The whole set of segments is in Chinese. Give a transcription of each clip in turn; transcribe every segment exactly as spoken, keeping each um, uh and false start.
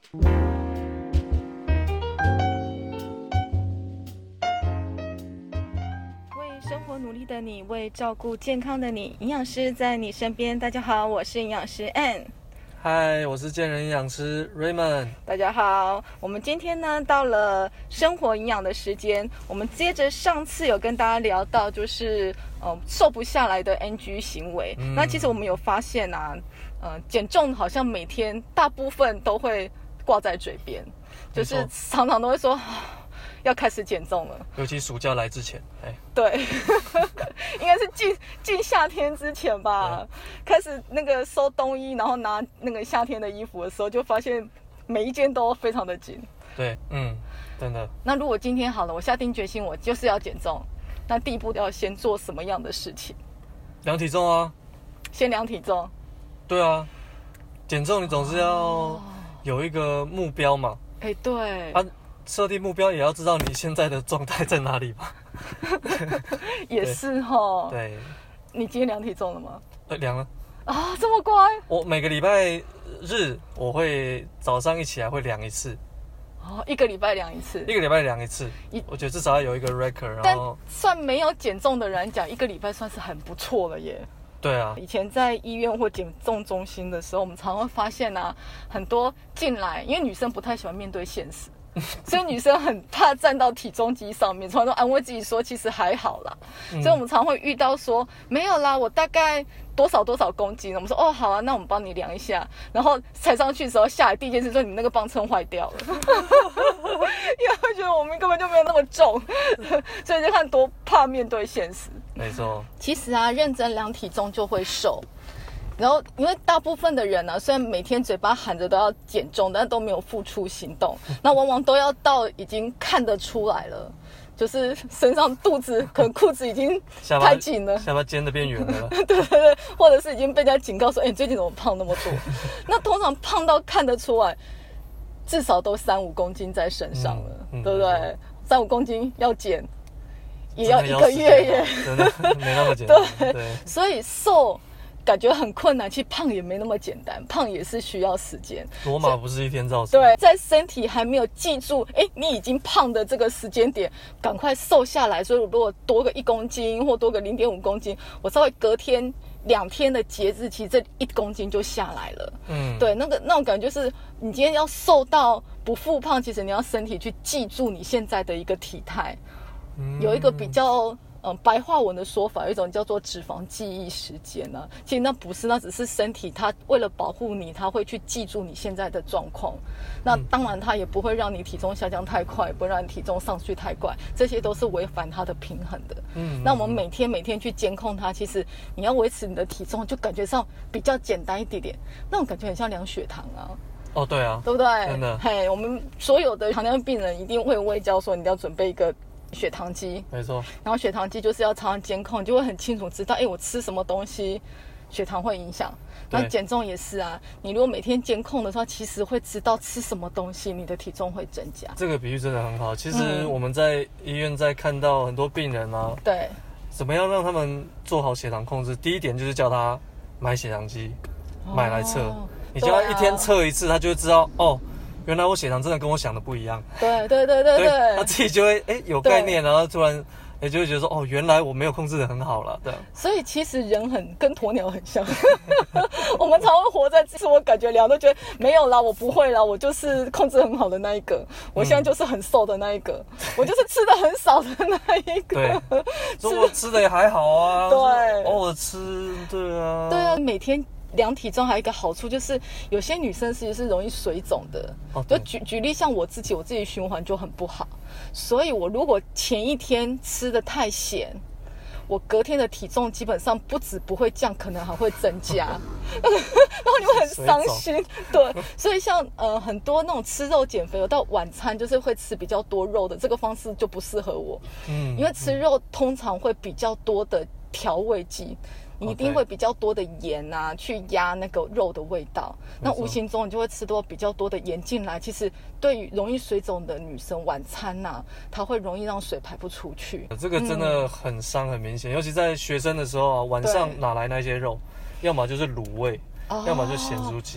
为生活努力的你，为照顾健康的你，营养师在你身边。大家好，我是营养师 Ann。 嗨，我是健人营养师 Raymond。 大家好，我们今天呢到了生活营养的时间，我们接着上次有跟大家聊到，就是呃瘦不下来的 N G 行为。嗯、那其实我们有发现啊，呃减重好像每天大部分都会挂在嘴边，就是常常都会说。要开始减重了， 尤其暑假来之前，哎， 对，应该是进进夏天之前吧，开始那个收冬衣，然后拿那个夏天的衣服的时候，就发现每一件都非常的紧。 对，嗯，真的。 那如果今天好了，我下定决心，我就是要减重，那第一步要先做什么样的事情？ 量体重啊， 先量体重。 对啊，减重你总是要有一个目标嘛。 哎、哦，对。 啊设定目标也要知道你现在的状态在哪里吧。 也是齁。 对。 你今天量体重了吗？ 呃，量了。 啊，这么乖。 我每个礼拜日我会早上一起来会量一次。 哦，一个礼拜量一次。 一个礼拜量一次。我觉得至少要有一个 record， 然后。 但算没有减重的人讲，一个礼拜算是很不错了耶。 对啊， 以前在医院或减重中心的时候，我们常常会发现啊，很多进来，因为女生不太喜欢面对现实。所以女生很怕站到体重机上面，常常都安慰自己说其实还好啦、嗯、所以我们常会遇到说没有啦，我大概多少多少公斤，我们说哦好啊，那我们帮你量一下，然后踩上去的时候下来第一件事说你那个磅秤坏掉了。因为会觉得我们根本就没有那么重，所以就看多怕面对现实。 没错， 其实啊认真量体重就会瘦。然后，因为大部分的人呢、啊，虽然每天嘴巴喊着都要减重，但都没有付出行动。那往往都要到已经看得出来了，就是身上肚子可能裤子已经太紧了， 下巴尖的变圆了。 对对对，或者是已经被人家警告说：“哎、欸，你最近怎么胖那么多？”那通常胖到看得出来，至少都三五公斤在身上了，嗯嗯、对不对？三五公斤要减，也要一个月耶， 真的没那么简单。对，对所以瘦。感觉很困难，其实胖也没那么简单，胖也是需要时间。 罗马不是一天造成。 对，在身体还没有记住，哎，你已经胖的这个时间点，赶快瘦下来。所以如果多个一公斤或多个零点五公斤，我稍微隔天两天的节日，其实这一公斤就下来了。嗯，对，那个那种感觉就是，你今天要瘦到不复胖，其实你要身体去记住你现在的一个体态，嗯、有一个比较。嗯，白话文的说法有一种叫做脂肪记忆时间呢、啊，其实那不是，那只是身体它为了保护你，它会去记住你现在的状况。那当然它也不会让你体重下降太快，不会让你体重上去太快，这些都是违反它的平衡的。嗯，那我们每天每天去监控它，其实你要维持你的体重，就感觉上比较简单一点点，那种感觉很像量血糖啊。 哦，对啊， 对不对？ 真的， 嘿，我们所有的糖尿病病人一定会卫教说，你要准备一个。血糖机， 没错。 然后血糖机就是要常常监控，就会很清楚知道，哎，我吃什么东西，血糖会影响。然后减重也是啊，你如果每天监控的话，其实会知道吃什么东西，你的体重会增加。 这个比喻真的很好。其实我们在医院在看到很多病人啊， 对， 怎么样让他们做好血糖控制？第一点就是叫他买血糖机，哦、买来测。你叫他一天测一次，他就会知道哦。原来我血糖真的跟我想的不一样。 对对对对对， 他自己就会哎有概念，然后突然哎就会觉得说哦，原来我没有控制的很好了。对， 所以其实人很跟鸵鸟很像，我们常会活在自我感觉良，都觉得没有啦，我不会啦，我就是控制很好的那一个，我现在就是很瘦的那一个，嗯、我就是吃的很少的那一个。 对，说我吃的也还好啊， 对， 偶尔吃，对啊， 对啊，每天。量体重还有一个好处就是，有些女生其实是容易水肿的。哦、就举举例，像我自己，我自己循环就很不好，所以我如果前一天吃的太咸，我隔天的体重基本上不止不会降，可能还会增加，然后你会很伤心。对，所以像呃很多那种吃肉减肥，我到晚餐就是会吃比较多肉的，这个方式就不适合我。嗯，因为吃肉通常会比较多的调味剂。你一定会比较多的盐啊，去压那个肉的味道，那无形中你就会吃多比较多的盐进来。其实对于容易水肿的女生，晚餐呐、啊，它会容易让水排不出去。 这个真的很伤，很明显、嗯，尤其在学生的时候啊，晚上哪来那些肉？要么就是卤味，要么就是咸酥鸡。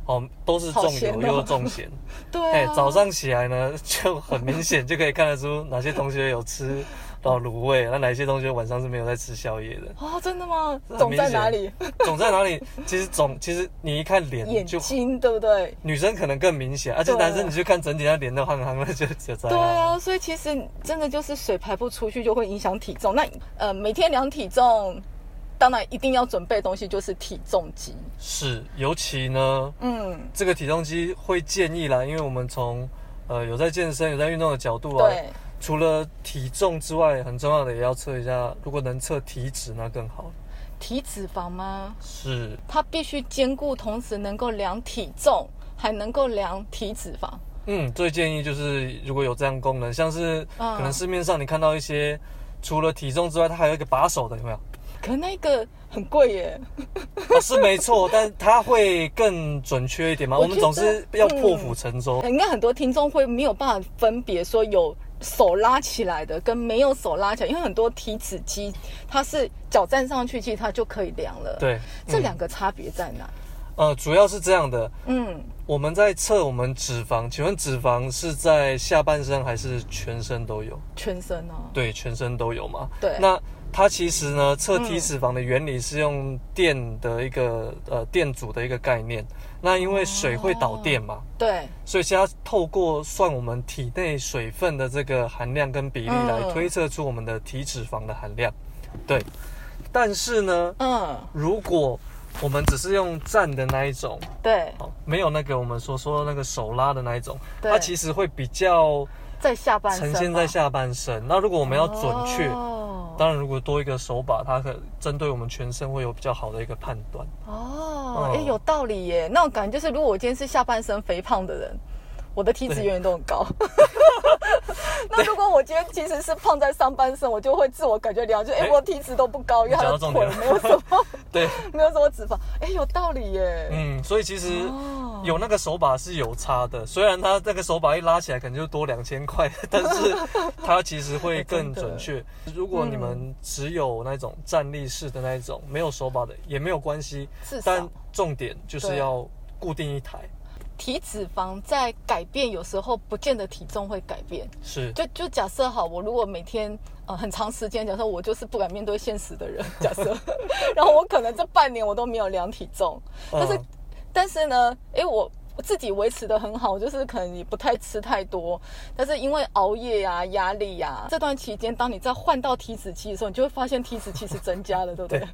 哦，都是重油哦、 又重咸。 对、 啊，早上起来呢，就很明显就可以看得出哪些同学有吃到卤味，那哪些同学晚上是没有在吃宵夜的。 哦，真的吗？肿在哪里？ 肿在哪里？其实肿，其实你一看脸， 眼睛对不对？ 女生可能更明显，而且男生你就看整体他脸都憨憨的，就就这样。 对啊，所以其实真的就是水排不出去，就会影响体重。那呃，每天量体重。当然，一定要准备的东西就是体重机。 是，尤其呢，嗯，这个体重机会建议啦，因为我们从呃有在健身、有在运动的角度啊， 对， 除了体重之外，很重要的也要测一下，如果能测体脂，那更好。 体脂肪吗？ 是， 它必须兼顾，同时能够量体重，还能够量体脂肪。 嗯，最建议就是如果有这样功能，像是可能市面上你看到一些，除了体重之外，它还有一个把手的，有没有？ 可那个很贵耶、 哦，是没错，但它会更准确一点嘛？我, 我们总是要破釜沉舟、 嗯。应该很多听众会没有办法分别说有手拉起来的跟没有手拉起来，因为很多体脂机它是脚站上去，其实它就可以量了。 对， 这两个差别在哪？ 呃，主要是这样的。 嗯， 我们在测我们脂肪，请问脂肪是在下半身还是全身都有？ 全身啊。 对，全身都有嘛。 对， 那。它其实呢，测体脂肪的原理是用电的一个、嗯、呃电阻的一个概念。那因为水会导电嘛，哦、 对， 所以现在透过算我们体内水分的这个含量跟比例来推测出我们的体脂肪的含量。嗯、对，但是呢，嗯，如果我们只是用站的那一种， 对， 哦，没有那个我们所说的那个手拉的那一种，它其实会比较在下半身， 呈现在下半身。那如果我们要准确。 哦当然，如果多一个手把，它可针对我们全身会有比较好的一个判断。 哦，哎、嗯欸，有道理耶。那种感觉就是，如果我今天是下半身肥胖的人，我的体脂永远都很高。那如果我今天其实是胖在上半身，我就会自我感觉良好，就哎、欸，我体脂都不高，因为他的腿没有什么， 对， 没有什么脂肪。哎、欸，有道理耶。 嗯，所以其实有那个手把是有差的，虽然它那个手把一拉起来可能就多两千块，但是它其实会更准确。如果你们只有那种站立式的那一种，没有手把的也没有关系，但重点就是要固定一台。 体脂肪在改变，有时候不见得体重会改变。 是， 就就假设好，我如果每天呃很长时间，假设我就是不敢面对现实的人，假设，然后我可能这半年我都没有量体重，但是、嗯、但是呢，哎我。我自己维持得很好，就是可能也不太吃太多，但是因为熬夜啊、压力啊，这段期间，当你再换到体脂期的时候，你就会发现体脂其实增加了，对不对？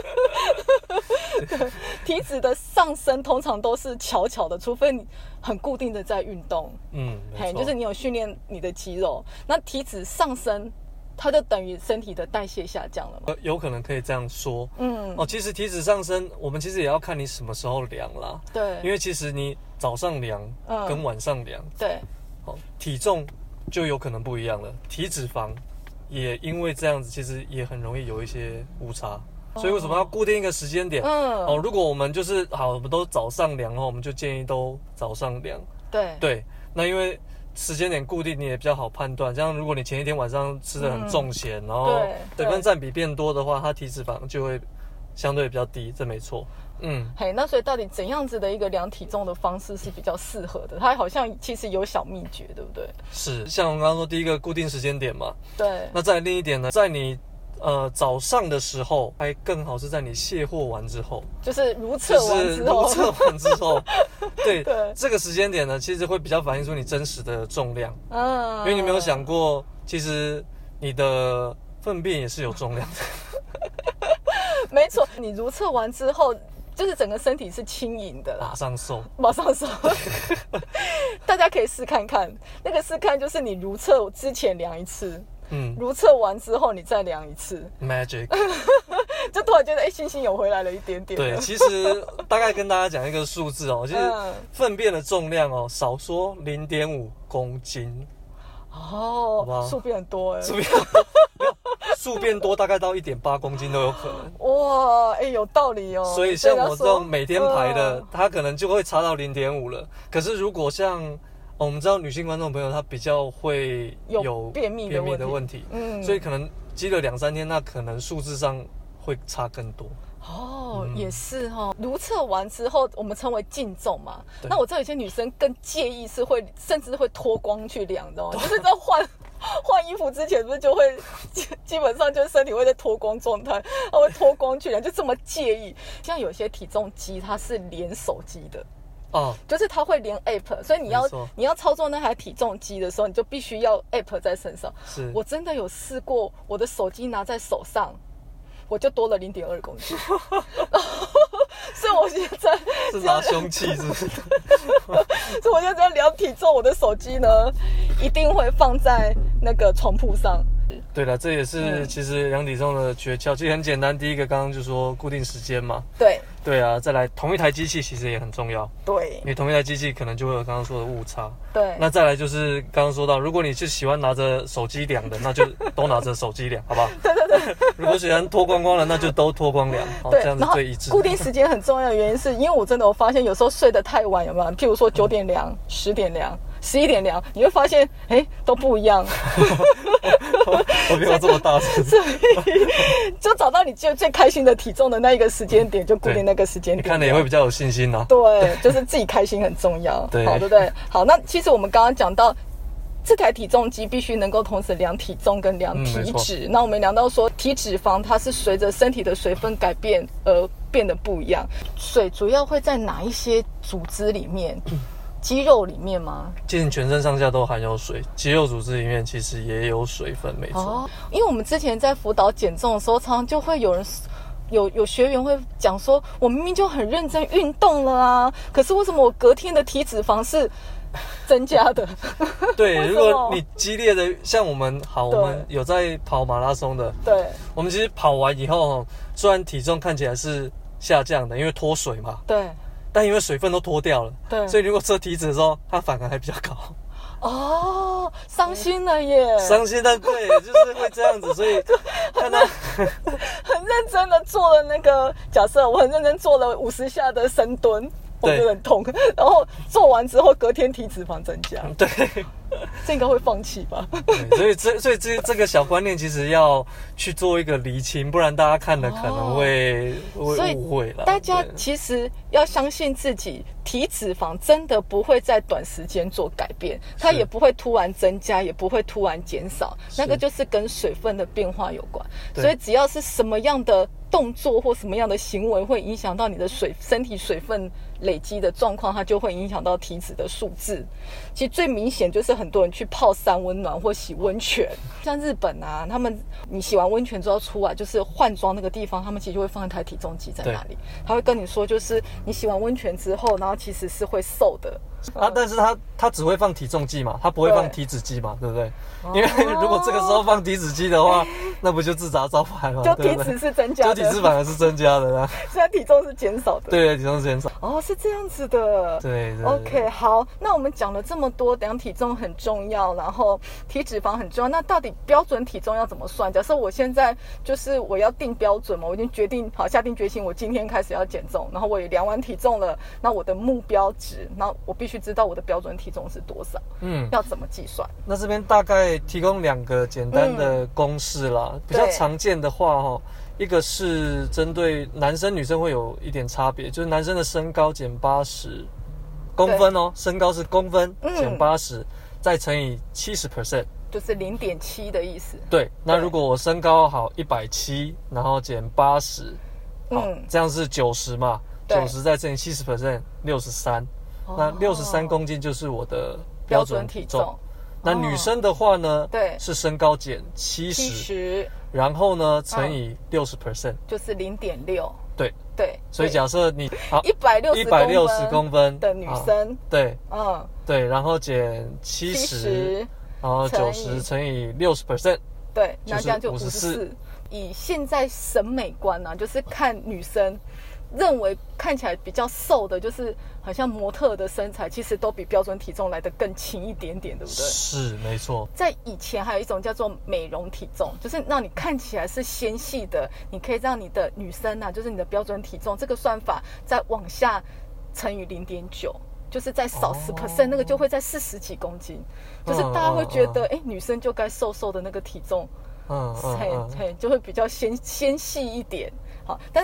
对，体脂的上升通常都是悄悄的，除非你很固定的在运动， 嗯， 嘿，就是你有训练你的肌肉，那体脂上升。它就等于身体的代谢下降了嘛？ 呃，有可能可以这样说。嗯，哦，其实体脂上升，我们其实也要看你什么时候量啦。 对， 因为其实你早上量跟晚上量， 嗯、对， 哦，体重就有可能不一样了。体脂肪也因为这样子，其实也很容易有一些误差。所以为什么要固定一个时间点？嗯，哦，如果我们就是好，我们都早上量哦，我们就建议都早上量。 对， 对，那因为。时间点固定，你也比较好判断。像如果你前一天晚上吃的很重咸，嗯、然后水分占比变多的话，它体脂肪就会相对比较低，这没错。嗯， 嘿，那所以到底怎样子的一个量体重的方式是比较适合的？它好像其实有小秘诀，对不对？ 是，像我刚刚说，第一个固定时间点嘛。 对。 那再来另一点呢，在你。呃，早上的时候还更好是在你卸货完之后， 就是如厕完之后， 如厕完之后，对, 对，这个时间点呢，其实会比较反映出你真实的重量。嗯，因为你没有想过，其实你的粪便也是有重量的。 没错，你如厕完之后，就是整个身体是轻盈的啦， 马上瘦， 马上瘦。大家可以试看看，那个试看就是你如厕之前量一次。嗯，如厕完之后你再量一次 ，magic， 就突然觉得哎，信心有回来了一点点。 对，其实大概跟大家讲一个数字哦，就是粪便的重量哦，少说零点五公斤。 哦，数变很多哎， 数变数变多，大概到一点八公斤都有可能。 哇，哎，有道理哦。 所以像我这种每天排的，嗯、它可能就会差到零点五了。可是如果像哦、我们知道女性观众朋友她比较会有便秘的问题， 问题嗯，所以可能积了两三天，那可能数字上会差更多。 哦， 哦，嗯、也是哈、哦。如测完之后，我们称为净重嘛。那我知道有些女生更介意，是会甚至会脱光去量的、哦，就是在换换衣服之前，不是就会基本上就是身体会在脱光状态，她会脱光去量，就这么介意。像有些体重机，它是连手机的。哦，就是它会连 app， 所以你要你要操作那台体重机的时候，你就必须要 app 在身上。是，我真的有试过，我的手机拿在手上，我就多了 零点二 公斤。所以我现在是拿凶器，是不是？ 所以我现在只要量体重，我的手机呢一定会放在那个床铺上。 对了，这也是其实量体重的诀窍，其实很简单。第一个刚刚就说固定时间嘛， 对对啊，再来同一台机器其实也很重要， 对， 你同一台机器可能就会有刚刚说的误差， 对。 那再来就是刚刚说到，如果你是喜欢拿着手机量的，那就都拿着手机量，好不好？ 对对对。 如果喜欢脱光光的，那就都脱光量， 对， 这样子最一致。 固定时间很重要的原因是因为我真的我发现有时候睡得太晚，有没有？譬如说九点量、十点量。十一点量，你会发现，哎、欸，都不一样。 我没有这么大声， 所以就找到你最最开心的体重的那一个时间点，就固定那个时间点， 你看了也会比较有信心啊。 对，就是自己开心很重要， 对， 好，对不对？好，那其实我们刚刚讲到。这台体重机必须能够同时量体重跟量体脂。嗯、那我们量到说，体脂肪它是随着身体的水分改变而变得不一样。水主要会在哪一些组织里面？肌肉里面吗？ 其实你全身上下都含有水，肌肉组织里面其实也有水分，没错。哦， 因为我们之前在辅导减重的时候，常常就会有人。有有学员会讲说，我明明就很认真运动了啊，可是为什么我隔天的体脂肪是增加的？ 对，如果你激烈的，像我们好，我们有在跑马拉松的， 对， 我们其实跑完以后，虽然体重看起来是下降的，因为脱水嘛， 对， 但因为水分都脱掉了， 对， 所以如果测体脂的时候，它反而还比较高。 哦，伤心了耶！ 伤心，但对，就是会这样子，所以看他很认真的做了那个，假设我很认真做了五十下的深蹲，我觉得很痛，然后做完之后隔天体脂肪增加， 对， 这应该会放弃吧？ 所以这所以这这个小观念其实要去做一个厘清，不然大家看了可能会、哦、会误会了。 大家其实要相信自己。体脂肪真的不会在短时间做改变，它也不会突然增加，也不会突然减少，那个就是跟水分的变化有关。所以只要是什么样的动作或什么样的行为会影响到你的水身体水分累积的状况，它就会影响到体脂的数字。其实最明显就是很多人去泡三温暖或洗温泉，像日本啊，他们你洗完温泉之后出来就是换装那个地方，他们其实就会放一台体重机在那里，他会跟你说，就是你洗完温泉之后，然后其实是会瘦的啊，但是他他只会放体重计嘛，他不会放体脂机嘛，对不对？因为如果这个时候放体脂机的话，那不就自砸招牌了？ 就体脂是增加的， 就体脂反而是增加的啊。 现在体重是减少的， 对，体重是减少。 哦，是这样子的。 对对。 OK， 好，那我们讲了这么多，量体重很重要，然后体脂肪很重要，那到底标准体重要怎么算？假设我现在就是我要定标准嘛，我已经决定好下定决心，我今天开始要减重，然后我也量完体重了，那我的目标值，那我必须知道我的标准体重是多少，嗯，要怎么计算？ 那这边大概提供两个简单的公式啦，嗯、比较常见的话哈，一个是针对男生女生会有一点差别，就是男生的身高减八十公分哦，身高是公分减八十，再乘以七十 percent， 就是零点七的意思。 对，那如果我身高好一百七，然后减八十，好，嗯、这样是九十嘛，九十再乘以七十 percent， 六十三。那六十三公斤就是我的标准体重。体重那女生的话呢，对，是身高减七十，然后呢乘以六十 percent， 就是零点六。 对对， 所以假设你好一百六一百六十公分的女生， 对，嗯，对，然后减七十，然后九十乘以六十 percent， 对，那这样就五十四。以现在审美观啊，就是看女生。认为看起来比较瘦的，就是好像模特的身材，其实都比标准体重来得更轻一点点，对不对？ 是，没错。 在以前还有一种叫做美容体重，就是让你看起来是纤细的，你可以让你的女生啊，就是你的标准体重这个算法再往下乘以 零点九， 就是再少 百分之十， 那个就会在四十几公斤，就是大家会觉得，哎、嗯嗯嗯，女生就该瘦瘦的那个体重，嗯嗯嗯，就会比较纤纤细一点。好，但是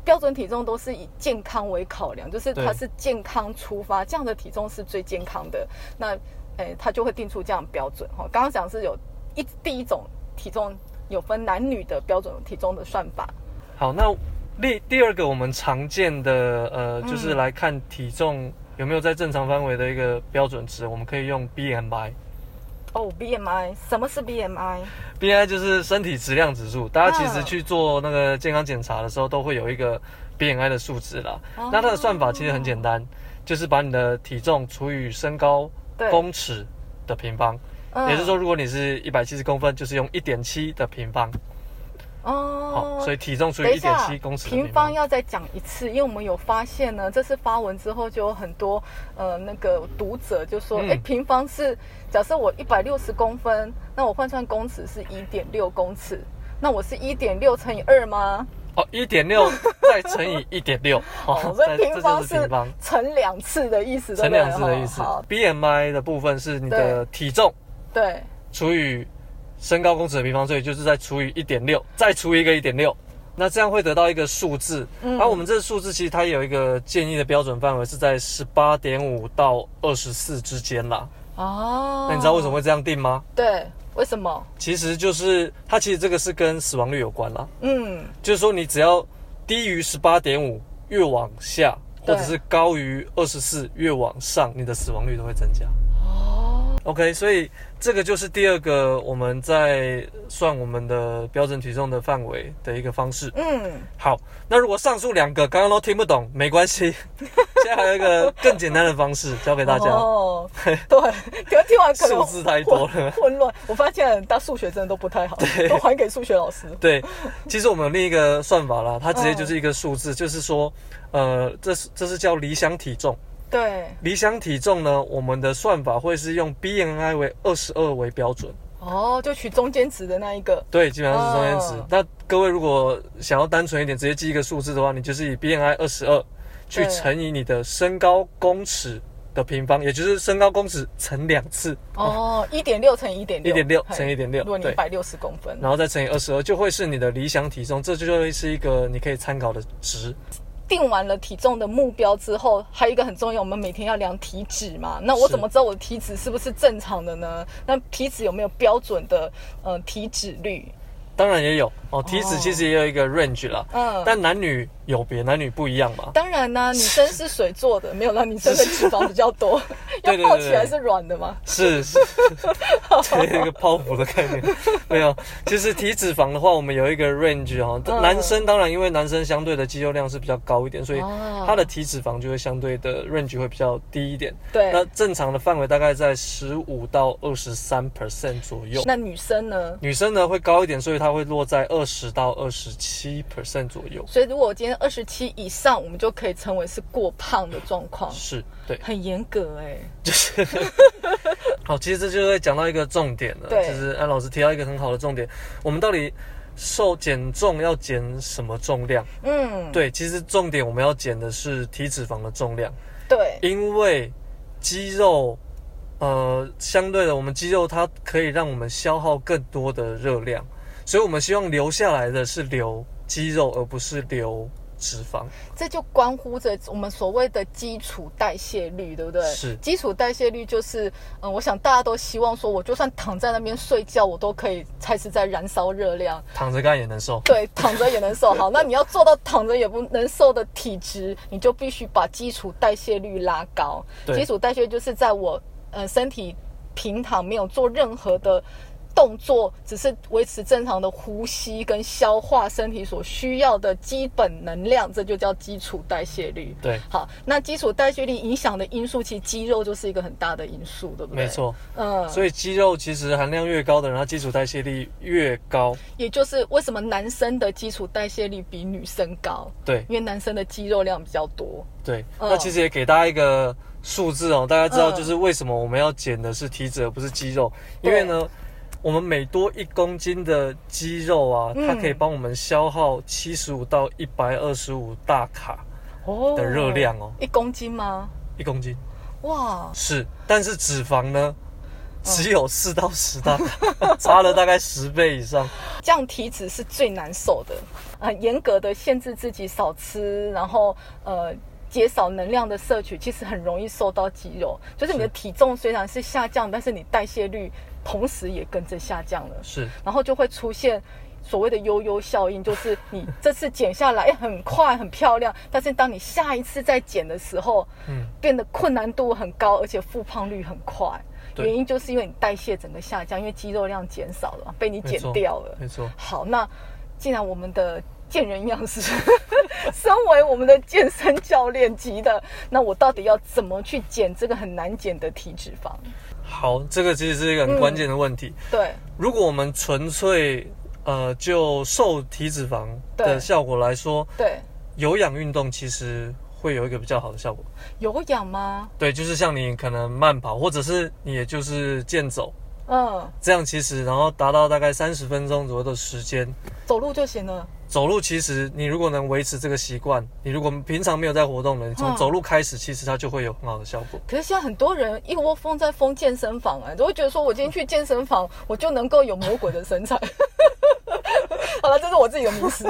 标准体重都是以健康为考量，就是它对是健康出发，这样的体重是最健康的。那，诶，它就会定出这样的标准哈。刚刚讲是有一第一种体重有分男女的标准体重的算法。 好，那第第二个我们常见的呃，就是来看体重有没有在正常范围的一个标准值，我们可以用 B M I。 哦 ，B M I， 什么是 B M I？B M I 就是身体质量指数，大家其实去做那个健康检查的时候，都会有一个 B M I 的数值啦。哦、那它的算法其实很简单，就是把你的体重除以身高公尺的平方，嗯、也就是说，如果你是一百七十公分，就是用 一点七 的平方。哦，好，所以体重除以 一点七 公尺的平方。 平方要再讲一次，因为我们有发现呢，这次发文之后就有很多呃那个读者就说，哎、嗯，平方是假设我一百六十公分，那我换算公尺是 一点六 公尺，那我是 一点六 乘以二吗？ 哦 ，一点六 再乘以 一点六， 哦，所以平方是乘两次的意思， 乘两次的意思。B M I 的部分是你的体重， 对， 除以身高公尺的平方，所以就是再除以 一点六，再除以一个 一点六， 那这样会得到一个数字。嗯，而我们这个数字其实它有一个建议的标准范围是在 十八点五 到二十四之间啦。哦，那你知道为什么会这样定吗？ 对，为什么？ 其实就是它其实这个是跟死亡率有关啦。嗯，就是说你只要低于 十八点五 越往下，或者是高于二十四越往上，你的死亡率都会增加。OK， 所以这个就是第二个我们在算我们的标准体重的范围的一个方式。嗯，好，那如果上述两个刚刚都听不懂，没关系，现在还有一个更简单的方式教给大家。哦， 对，可是听完可能数字太多了， 混乱。我发现大数学真的都不太好，都还给数学老师。 对，其实我们有另一个算法啦，它直接就是一个数字，嗯、就是说，呃，这是这是叫理想体重。 对， 理想体重呢，我们的算法会是用 B M I 为二十二为标准。 哦，就取中间值的那一个。 对，基本上是中间值。哦、那各位如果想要单纯一点，直接记一个数字的话，你就是以 B M I 二十二去乘以你的身高公尺的平方，也就是身高公尺乘两次。 哦，一点六乘以一点六， 一点六乘以一点六。 如果你一百六十公分， 然后再乘以二十二，就会是你的理想体重，这就会是一个你可以参考的值。 定完了体重的目标之后，还有一个很重要，我们每天要量体脂嘛。那我怎么知道我的体脂是不是正常的呢？那体脂有没有标准的呃体脂率？ 当然也有哦，体脂其实也有一个 range 啦，嗯，但男女有别，男女不一样嘛。 当然啦、啊，女生是水做的，没有啦，女生的脂肪比较多，要泡起来是软的嘛。 是是，这一个泡芙的概念没有。其实体脂肪的话，我们有一个 range 哈、哦，男生当然因为男生相对的肌肉量是比较高一点，所以他的体脂肪就会相对的 range 会比较低一点。 对， 那正常的范围大概在十五到二十三 percent 左右。 那女生呢？ 女生呢会高一点，所以它会落在二十到二十七 percent 左右。 所以如果我今天二十七以上，我们就可以称为是过胖的状况。 是，对， 很严格哎、欸。 就是，好，其实这就会讲到一个重点了。 对， 就是安老师提到一个很好的重点，我们到底瘦减重要减什么重量？嗯，对，其实重点我们要减的是体脂肪的重量。 对， 因为肌肉。呃，相对的，我们肌肉它可以让我们消耗更多的热量，所以我们希望留下来的是留肌肉，而不是留脂肪。 这就关乎着我们所谓的基础代谢率，对不对？ 是。 基础代谢率就是，嗯，我想大家都希望说，我就算躺在那边睡觉，我都可以开始在燃烧热量。 躺着干也能瘦。 对，躺着也能瘦。好，那你要做到躺着也不能瘦的体质，你就必须把基础代谢率拉高。基础代谢就是在我呃，身体平躺没有做任何的动作，只是维持正常的呼吸跟消化身体所需要的基本能量，这就叫基础代谢率。 对， 好，那基础代谢率影响的因素，其实肌肉就是一个很大的因素，对不对？ 没错，嗯，所以肌肉其实含量越高的人，他基础代谢率越高。 也就是为什么男生的基础代谢率比女生高？ 对， 因为男生的肌肉量比较多。 对，嗯、那其实也给大家一个数字哦，大家知道就是为什么我们要减的是体脂而不是肌肉，因为呢。我们每多一公斤的肌肉啊，嗯、它可以帮我们消耗七十五到一百二十五大卡的热量哦。 一公斤吗？ 一公斤。 哇！ 是，但是脂肪呢，只有四到十大卡，差了大概十倍以上。 这样体脂是最难受的。 很严格的限制自己少吃，然后呃减少能量的摄取，其实很容易受到肌肉。就是你的体重虽然是下降，但是你代谢率同时也跟着下降了， 是， 然后就会出现所谓的悠悠效应，就是你这次减下来很快很漂亮，但是当你下一次再减的时候，嗯，变得困难度很高，而且复胖率很快。原因就是因为你代谢整个下降，因为肌肉量减少了，被你减掉了。 没错。 好，那既然我们的健人营养师身为我们的健身教练级的，那我到底要怎么去减这个很难减的体脂肪？ 好，这个其实是一个很关键的问题。 嗯、对， 如果我们纯粹呃就瘦体脂肪的效果来说， 对， 有氧运动其实会有一个比较好的效果。 有氧吗？ 对，就是像你可能慢跑，或者是你也就是健走，嗯，这样其实然后达到大概三十分钟左右的时间， 走路就行了。 走路其实你如果能维持这个习惯，你如果平常没有在活动的，你从走路开始，其实它就会有很好的效果。 可是现在很多人一窝蜂在疯健身房啊，都会觉得说我今天去健身房，我就能够有魔鬼的身材。好了，这是我自己的迷思。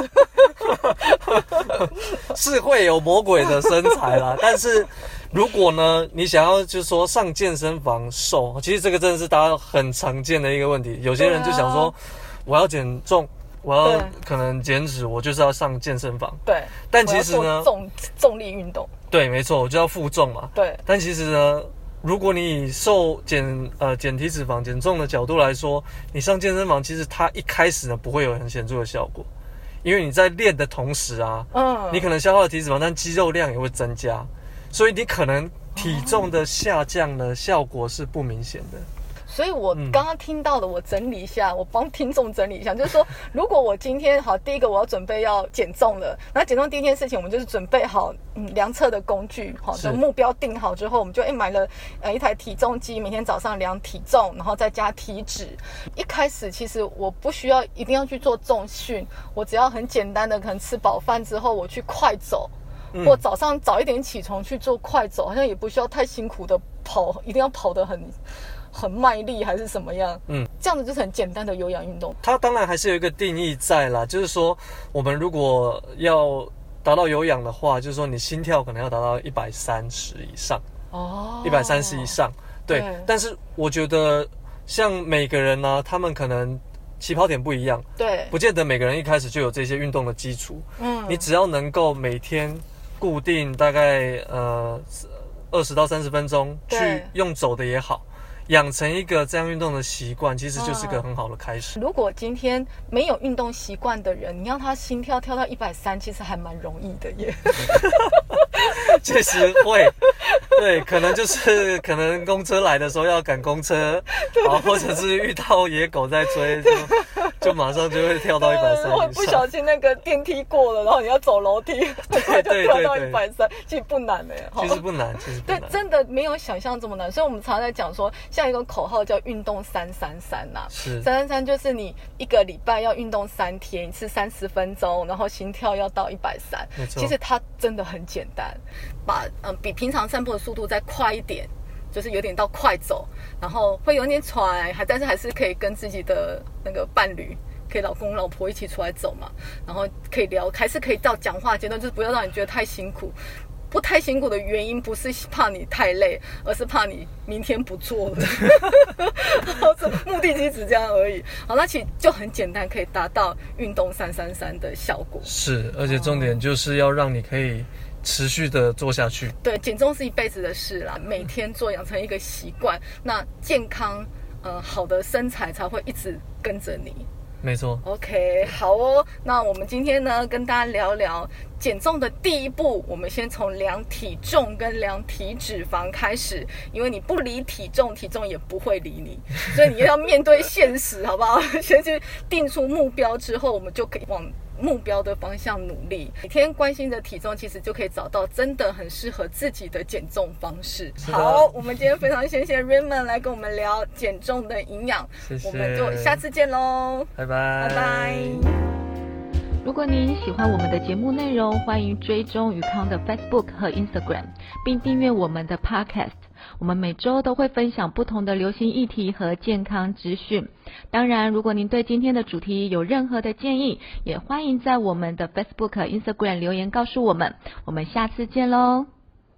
是会有魔鬼的身材啦，但是如果呢，你想要就是说上健身房瘦，其实这个真的是大家很常见的一个问题。有些人就想说，我要减重。我要可能减脂，我就是要上健身房。 对， 但其实呢， 重重力运动。 对，没错，我就要负重嘛。 对， 但其实呢，如果你以瘦减呃减体脂肪、减重的角度来说，你上健身房其实它一开始呢不会有很显著的效果，因为你在练的同时啊，嗯，你可能消耗的体脂肪，但肌肉量也会增加，所以你可能体重的下降呢、哦、效果是不明显的。 所以我刚刚听到的，我整理一下，我帮听众整理一下，就是说，如果我今天好，第一个我要准备要减重了，那减重第一件事情，我们就是准备好嗯量测的工具，好，的目标定好之后，我们就哎买了呃一台体重机，每天早上量体重，然后再加体脂。一开始其实我不需要一定要去做重训，我只要很简单的，可能吃饱饭之后我去快走。或早上早一点起床去做快走，好像也不需要太辛苦的跑，一定要跑得很很卖力还是什么样？嗯，这样子就是很简单的有氧运动。 它当然还是有一个定义在啦，就是说我们如果要达到有氧的话，就是说你心跳可能要达到一百三十以上哦，一百三十以上。对，对，但是我觉得像每个人呢、啊，他们可能起跑点不一样， 对， 不见得每个人一开始就有这些运动的基础。嗯，你只要能够每天固定大概呃二十到三十分钟去用走的也好，养成一个这样运动的习惯，其实就是个很好的开始。 如果今天没有运动习惯的人，你让他心跳跳到一百三，其实还蛮容易的耶。 确实会，对，可能就是可能公车来的时候要赶公车，啊，或者是遇到野狗在追，就就马上就会跳到一百三以上。 或不小心那个电梯过了，然后你要走楼梯，对就跳到一百三，其实不难哎， 其实不难，其实不难， 对，真的没有想象这么难。所以我们常常在讲说，像一个口号叫运动三三三呐，是三三三就是你一个礼拜要运动三天，一次三十分钟，然后心跳要到一百三。其实它真的很简单，把嗯比平常散步的速度再快一点。就是有点到快走，然后会有点喘，还但是还是可以跟自己的那个伴侣，可以老公老婆一起出来走嘛，然后可以聊，还是可以到讲话阶段，就是不要让你觉得太辛苦。不太辛苦的原因不是怕你太累，而是怕你明天不做了。目的其实只这样而已。好，那其实就很简单，可以达到运动三三三的效果。 是，而且重点就是要让你可以持续的做下去。 对，减重是一辈子的事啦，每天做养成一个习惯，那健康呃好的身材才会一直跟着你。 没错 ，OK， 好哦。那我们今天呢，跟大家聊聊减重的第一步。我们先从量体重跟量体脂肪开始，因为你不理体重，体重也不会理你，所以你要面对现实，好不好？先去定出目标之后，我们就可以往目标的方向努力。每天关心的体重，其实就可以找到真的很适合自己的减重方式。好，我们今天非常谢谢 Raymond 来跟我们聊减重的营养， 谢谢， 我们就下次见喽， 拜拜， 拜拜。 如果您喜欢我们的节目内容，欢迎追踪宇康的 Facebook 和 Instagram， 并订阅我们的 Podcast。 我们每周都会分享不同的流行议题和健康资讯。当然，如果您对今天的主题有任何的建议，也欢迎在我们的 Facebook、Instagram 留言告诉我们。我们下次见喽。